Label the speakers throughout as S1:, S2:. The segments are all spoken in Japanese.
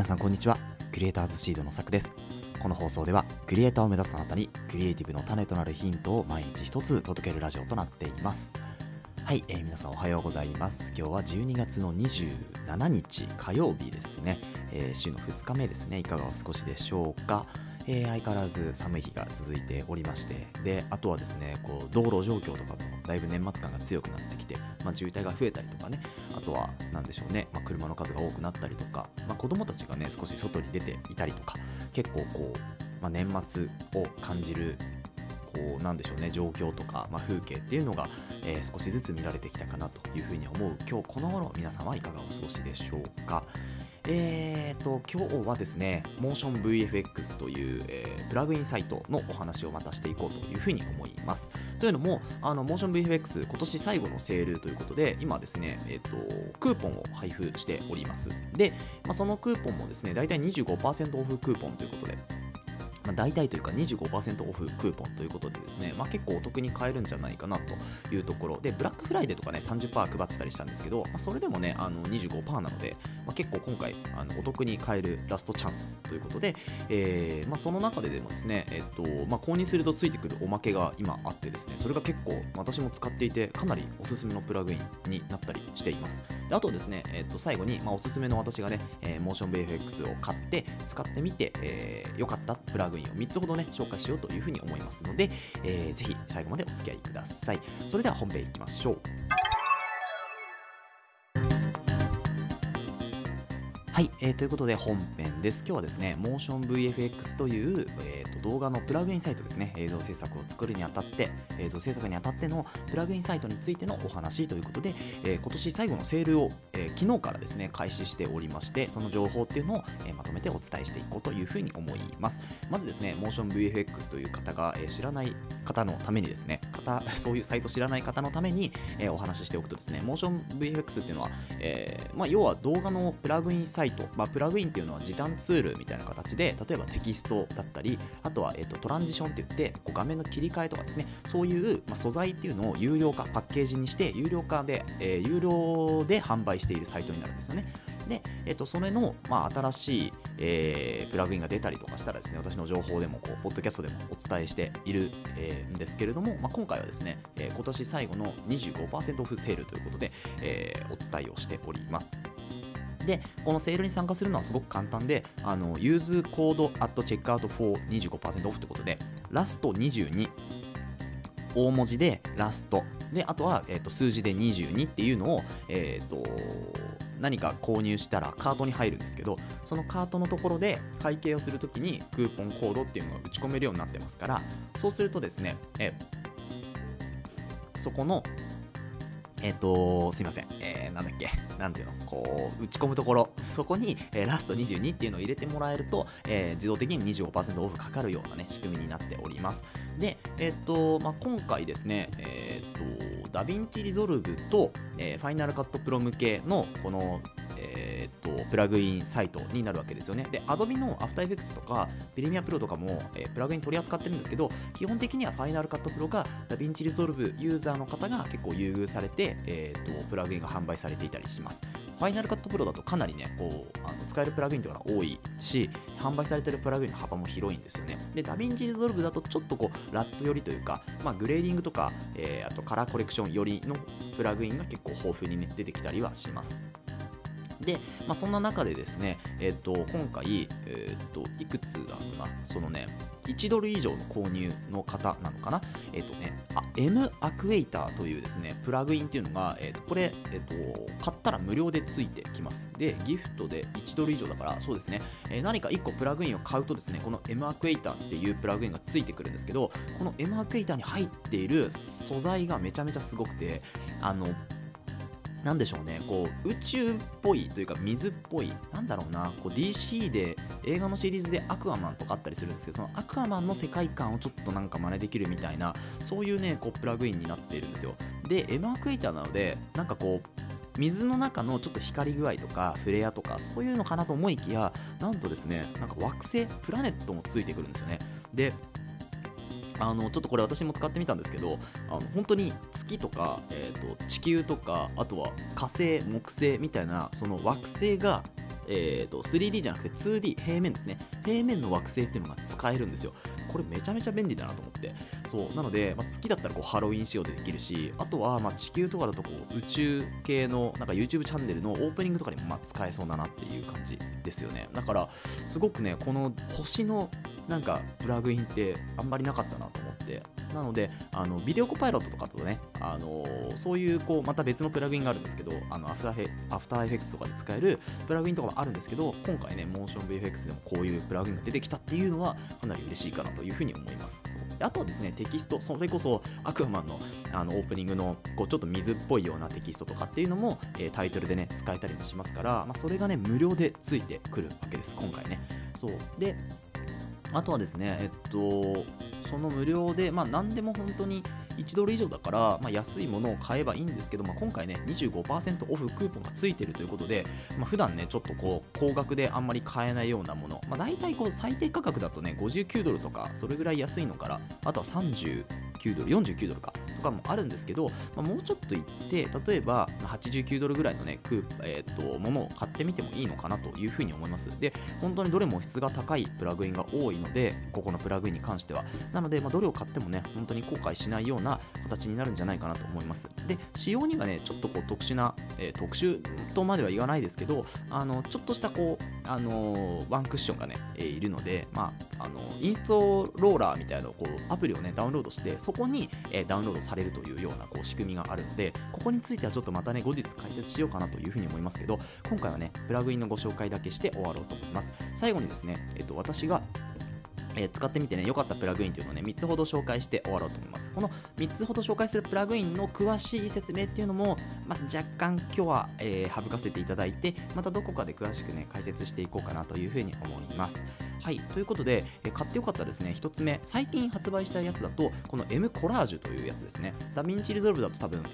S1: 皆さんこんにちは。クリエイターズシードのさくです。この放送ではクリエイターを目指すあなたにクリエイティブの種となるヒントを毎日一つ届けるラジオとなっています。はい、皆さんおはようございます。今日は12月の27日火曜日ですね、週の2日目ですね。いかがお過ごしでしょうか。相変わらず寒い日が続いておりまして、であとはですね、道路状況とかもだいぶ年末感が強くなってきて、渋滞が増えたりとかね、あとは何でしょうね、車の数が多くなったりとか、子供たちがね少し外に出ていたりとか、結構年末を感じるなんでしょうね、状況とか、風景っていうのが、少しずつ見られてきたかなというふうに思う今日この頃、皆さんはいかがお過ごしでしょうか。今日はですね、MotionVFX という、プラグインサイトのお話をまたしていこうというふうに思います。というのも、MotionVFX 今年最後のセールということで、今ですね、クーポンを配布しております。で、そのクーポンもですね、だいたい 25% オフクーポンということで、大体というか 25% オフクーポンということでですね、結構お得に買えるんじゃないかなというところで、ブラックフライデーとかね 30% 配ってたりしたんですけど、それでもね25% なので、結構今回お得に買えるラストチャンスということで、その中でもですね、購入するとついてくるおまけが今あってですね、それが結構私も使っていてかなりおすすめのプラグインになったりしています。であとですね、最後に、おすすめの私がね、MotionVFX を買って使ってみて、良かったプラグインを3つほどね紹介しようというふうに思いますので、ぜひ最後までお付き合いください。それでは本編いきましょう。はい、ということで本編です。今日はですね、MotionVFX という、動画のプラグインサイトですね、映像制作を作るにあたって、映像制作にあたってのプラグインサイトについてのお話ということで、今年最後のセールを、昨日からですね開始しておりまして、その情報っていうのを、まとめてお伝えしていこうというふうに思います。まずですね、MotionVFX という方が、知らない方のためにですね、そういうサイト知らない方のために、お話ししておくとですね、MotionVFX っていうのは、要は動画のプラグインサイト、プラグインっていうのは時短ツールみたいな形で、例えばテキストだったり、あとは、トランジションって言って画面の切り替えとかですね、そういう、素材っていうのを有料化、パッケージにして有料化で、有料で販売しているサイトになるんですよね。で、それの、新しい、プラグインが出たりとかしたらですね、私の情報でもポッドキャストでもお伝えしている、んですけれども、今回はですね、今年最後の 25% オフセールということで、お伝えをしております。で、このセールに参加するのはすごく簡単で、use code at checkout for 25% オフということで、ラスト22、大文字でラストで、あとは、数字で22っていうのを、何か購入したらカートに入るんですけど、そのカートのところで会計をするときにクーポンコードっていうのが打ち込めるようになってますから、そうするとですね、そこのすいません、なんていうの、打ち込むところ、そこに、ラスト22っていうのを入れてもらえると、自動的に 25% オフかかるようなね仕組みになっております。で、今回ですね、ダヴィンチリゾルブと、ファイナルカットプロ向けのこのプラグインサイトになるわけですよね。で、Adobe の After Effects とか Premiere Pro とかも、プラグイン取り扱ってるんですけど、基本的には Final Cut Pro か DaVinci Resolve ユーザーの方が結構優遇されて、プラグインが販売されていたりします。Final Cut Pro だとかなりね、使えるプラグインというのが多いし、販売されているプラグインの幅も広いんですよね。で、DaVinci Resolve だとちょっとラット寄りというか、グレーディングとか、あとカラーコレクション寄りのプラグインが結構豊富に、ね、出てきたりはします。で、そんな中でですね、今回、いくつだろうな、そのね、$1ドル以上の購入の方なのかな、M アクエイターというですね、プラグインっていうのが、これ、買ったら無料でついてきます。で、ギフトで$1ドル以上だから、そうですね、何か1個プラグインを買うとですね、この M アクエイターっていうプラグインがついてくるんですけど、この M アクエイターに入っている素材がめちゃめちゃすごくて、なんでしょうね、宇宙っぽいというか水っぽい、なんだろうな、DC で映画のシリーズでアクアマンとかあったりするんですけど、そのアクアマンの世界観をちょっとなんか真似できるみたいな、そういうねプラグインになっているんですよ。で、エマークエイターなので、なんか水の中のちょっと光り具合とかフレアとかそういうのかなと思いきや、なんとですね、なんか惑星プラネットもついてくるんですよね。で、ちょっとこれ私も使ってみたんですけど、本当に月とか、地球とか、あとは火星木星みたいなその惑星が 3D じゃなくて 2D 平面ですね、平面の惑星っていうのが使えるんですよ。これめちゃめちゃ便利だなと思って、そうなので、月だったらこうハロウィン仕様でできるし、あとは地球とかだとこう宇宙系のなんか YouTube チャンネルのオープニングとかにも使えそうだなっていう感じですよね。だからすごくね、この星のなんかプラグインってあんまりなかったなと思って、なのでビデオコパイロットとかとね、そういうこうまた別のプラグインがあるんですけど、アフターエフェクツとかで使えるプラグインとかもあるんですけど、今回ねモーション VFX でもこういうプラグインが出てきたっていうのはかなり嬉しいかなというふうに思います。そうで、あとはですね、テキスト、それこそアクアマンのオープニングのこうちょっと水っぽいようなテキストとかっていうのも、タイトルでね使えたりもしますから、それがね無料でついてくるわけです今回ね。そうで、あとはですね、その無料で、何でも本当に1ドル以上だから、安いものを買えばいいんですけど、今回ね 25% オフクーポンがついてるということで、普段ねちょっとこう高額であんまり買えないようなもの、大体こう最低価格だとね59ドルとかそれぐらい安いのから、あとは39ドル49ドルかとかもあるんですけど、もうちょっといって例えば89ドルぐらいのねものを買ってみてもいいのかなというふうに思います。で、本当にどれも質が高いプラグインが多いので、ここのプラグインに関してはなので、どれを買ってもね本当に後悔しないような形になるんじゃないかなと思います。で、仕様にはねちょっとこう特殊な、特殊とまでは言わないですけど、ちょっとしたこうワンクッションがね、いるので、インストローラーみたいなこうアプリをねダウンロードして、そこに、ダウンロードされるというようなこう仕組みがあるので、ここについてはちょっとまたね後日解説しようかなというふうに思いますけど、今回はねプラグインのご紹介だけして終わろうと思います。最後にですね、私が使ってみてね良かったプラグインというのをね3つほど紹介して終わろうと思います。この3つほど紹介するプラグインの詳しい説明っていうのも、若干今日は、省かせていただいて、またどこかで詳しくね解説していこうかなというふうに思います。はい、ということで、買ってよかったですね。1つ目、最近発売したやつだとこの M コラージュというやつですね。ダヴィンチリゾルブだと多分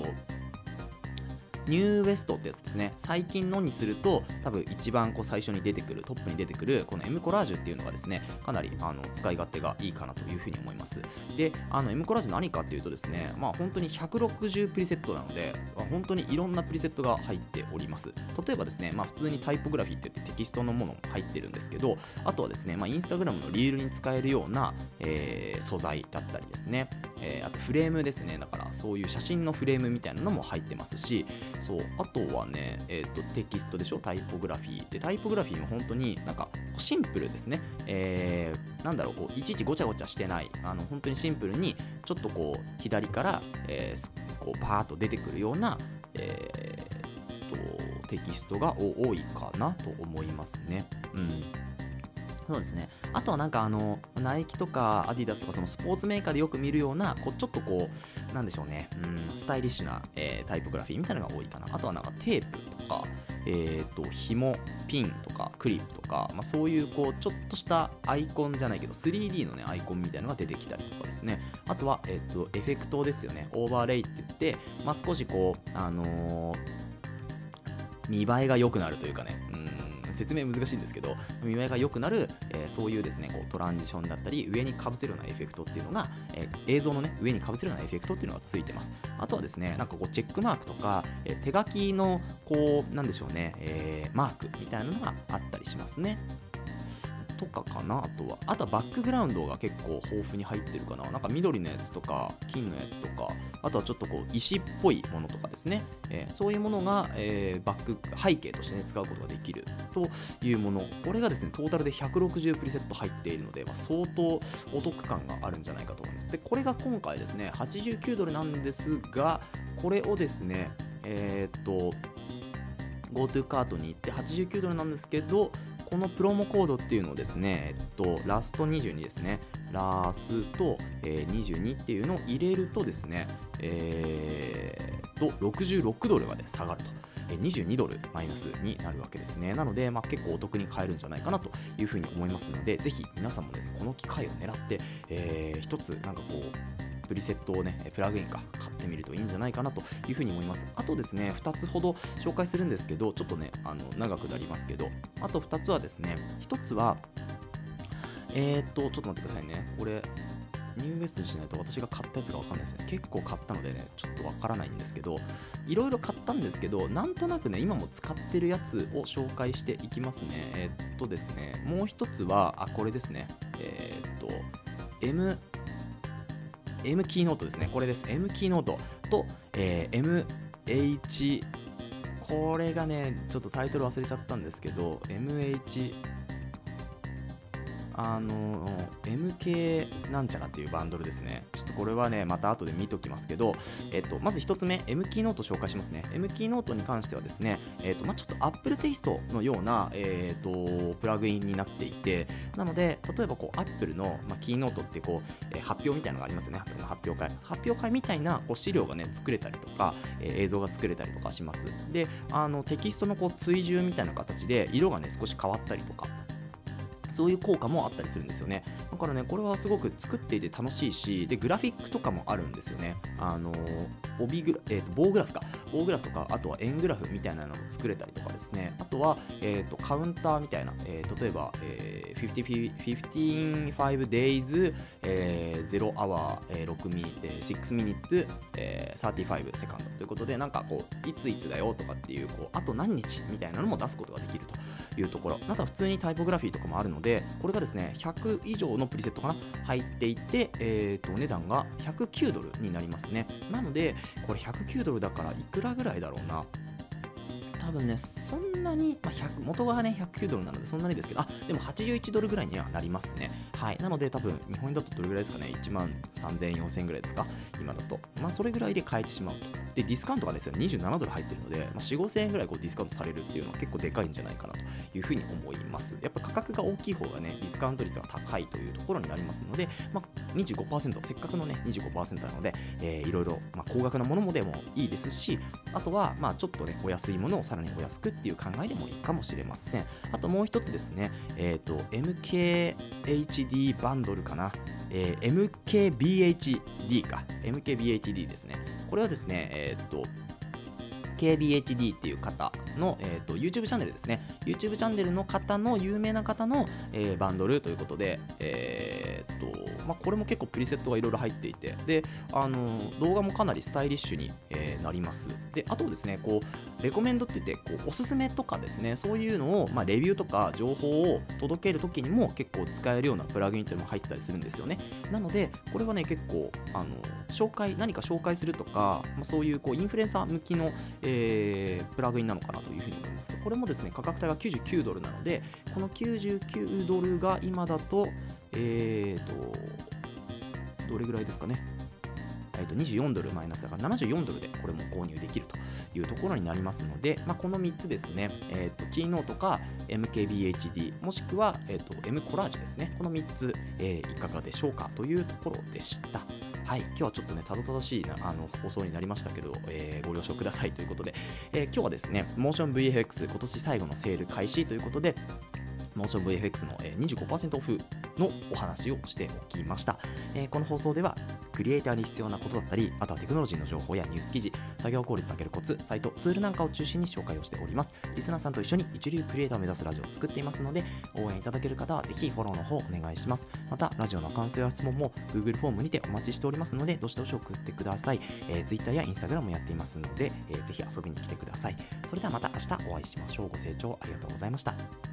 S1: ニューウエストってやつですね。最近のにすると多分一番こう最初に出てくるトップに出てくるこの M コラージュっていうのがですね、かなり使い勝手がいいかなというふうに思います。で、M コラージュ何かっていうとですね、本当に160プリセットなので、本当にいろんなプリセットが入っております。例えばですね、普通にタイポグラフィーって言ってテキストのものも入ってるんですけど、あとはですね、インスタグラムのリールに使えるような、素材だったりですね、あとフレームですね。だからそういう写真のフレームみたいなのも入ってますし、そう、あとはね、テキストでしょ、タイポグラフィーで、タイポグラフィーも本当になんかシンプルですね。なんだろう、こういちいちごちゃごちゃしてない、本当にシンプルにちょっとこう左から、こうパーッと出てくるような、テキストが多いかなと思いますね。そうですね。あとはなんかナイキとかアディダスとかそのスポーツメーカーでよく見るようなちょっとこうなんでしょうね、スタイリッシュな、タイポグラフィーみたいなのが多いかな。あとはなんかテープとか紐、ピンとかクリップとか、そういうこうちょっとしたアイコンじゃないけど 3D のねアイコンみたいなのが出てきたりとかですね。あとはエフェクトですよね。オーバーレイって言って、少しこう見栄えが良くなるというかね、説明難しいんですけど、見栄えが良くなる、そういうですねこうトランジションだったり上にかぶせるようなエフェクトっていうのが、映像のね上にかぶせるようなエフェクトっていうのがついてます。あとはですね、なんかこうチェックマークとか、手書きのこうなんでしょうね、マークみたいなのがあったりしますね。とかかな。あとはバックグラウンドが結構豊富に入ってるかな。なんか緑のやつとか金のやつとか、あとはちょっとこう石っぽいものとかですね、そういうものが、バック背景として、ね、使うことができるというもの。これがですねトータルで160プリセット入っているので、相当お得感があるんじゃないかと思います。で、これが今回ですね89ドルなんですが、これをですねGoTo カートに行って89ドルなんですけど、このプロモコードっていうのをですね、ラスト22ですね、ラスト、22っていうのを入れるとですね、66ドルまで下がると。22ドルマイナスになるわけですね。なので、結構お得に買えるんじゃないかなというふうに思いますので、ぜひ皆さんもね、この機会を狙って、一つなんかこうプリセットをね、プラグインか買ってみるといいんじゃないかなというふうに思います。あとですね、2つほど紹介するんですけど、ちょっとね、長くなりますけど、あと2つはですね、1つは、ちょっと待ってくださいね。これ、 ニューウエストにしないと私が買ったやつが分かんないですね。結構買ったのでね、ちょっと分からないんですけど、いろいろ買ったんですけど、なんとなくね、今も使ってるやつを紹介していきますね。ですね、もう一つは、これですね。M キーノートですね。これです。M キーノートと、MH、これがね、ちょっとタイトル忘れちゃったんですけど、MK なんちゃらっていうバンドルですね。ちょっとこれはね、また後で見ときますけど、まず一つ目、M キーノート紹介しますね。M キーノートに関してはですね、ちょっと Apple テイストのような、プラグインになっていて、なので、例えばこう Apple の、キーノートってこう、発表みたいなのがありますよね。Apple の発表会みたいなこう資料がね、作れたりとか、映像が作れたりとかします。で、テキストのこう追従みたいな形で色がね、少し変わったりとか、そういう効果もあったりするんですよね。だからね、これはすごく作っていて楽しいし、でグラフィックとかもあるんですよね。棒グラフとか、あとは円グラフみたいなのを作れたりとかですね。あとは、カウンターみたいな、例えば、15 days、0 hour、6 minutes、35 seconds ということで、なんかこう、いついつだよとかっていう、こうあと何日みたいなのも出すことができるというところ。あとは普通にタイポグラフィーとかもあるので、これがですね、100以上のプリセットかな入っていて、お値段が109ドルになりますね。なので、これ109ドルだからいくらぐらいだろうな。多分ね、そんなに、元がね、109ドルなのでそんなにですけど、でも81ドルぐらいにはなりますね。はい。なので、多分、日本円だとどれぐらいですかね、1万3000円、4000円ぐらいですか、今だと。それぐらいで買えてしまうと。で、ディスカウントがですね、27ドル入ってるので、4、5000円ぐらいこうディスカウントされるっていうのは結構でかいんじゃないかなというふうに思います。やっぱ価格が大きい方がね、ディスカウント率が高いというところになりますので、25%、せっかくのね、25% なので、いろいろ、高額なものでもいいですし、あとは、ちょっとね、お安いものをさらにお安くっていう考えでもいいかもしれません。あともう一つですね、MKHD バンドルかな。MKBHD か。MKBHD ですね。これはですね、KBHD っていう方の、YouTube チャンネルですね。YouTube チャンネルの方の、有名な方の、バンドルということで、これも結構プリセットがいろいろ入っていて、で、動画もかなりスタイリッシュに、なります。で、あとですね、こう、レコメンドって言って、こうおすすめとかですね、そういうのを、レビューとか情報を届けるときにも結構使えるようなプラグインっていうのも入ってたりするんですよね。なので、これはね、結構、何か紹介するとか、そういう、こうインフルエンサー向きの、プラグインなのかなというふうに思います。これもですね、価格帯が99ドルなので、この99ドルが今だと、どれぐらいですかね。24ドルマイナスだから74ドルでこれも購入できるというところになりますので、この3つですね、キーノートか MKBHD もしくは、M コラージュですね、この3つ、いかがでしょうかというところでした。はい、今日はちょっとね、たどたどしい放送になりましたけど、ご了承くださいということで、今日はですね、モーション VFX 今年最後のセール開始ということで、モーション VFX の 25% オフのお話をしておきました。この放送ではクリエイターに必要なことだったり、あとはテクノロジーの情報やニュース記事、作業効率を上げるコツ、サイト、ツールなんかを中心に紹介をしております。リスナーさんと一緒に一流クリエイターを目指すラジオを作っていますので、応援いただける方はぜひフォローの方お願いします。また、ラジオの感想や質問も Google フォームにてお待ちしておりますので、どしどし送ってください。Twitter や Instagram もやっていますので、ぜひ遊びに来てください。それではまた明日お会いしましょう。ご清聴ありがとうございました。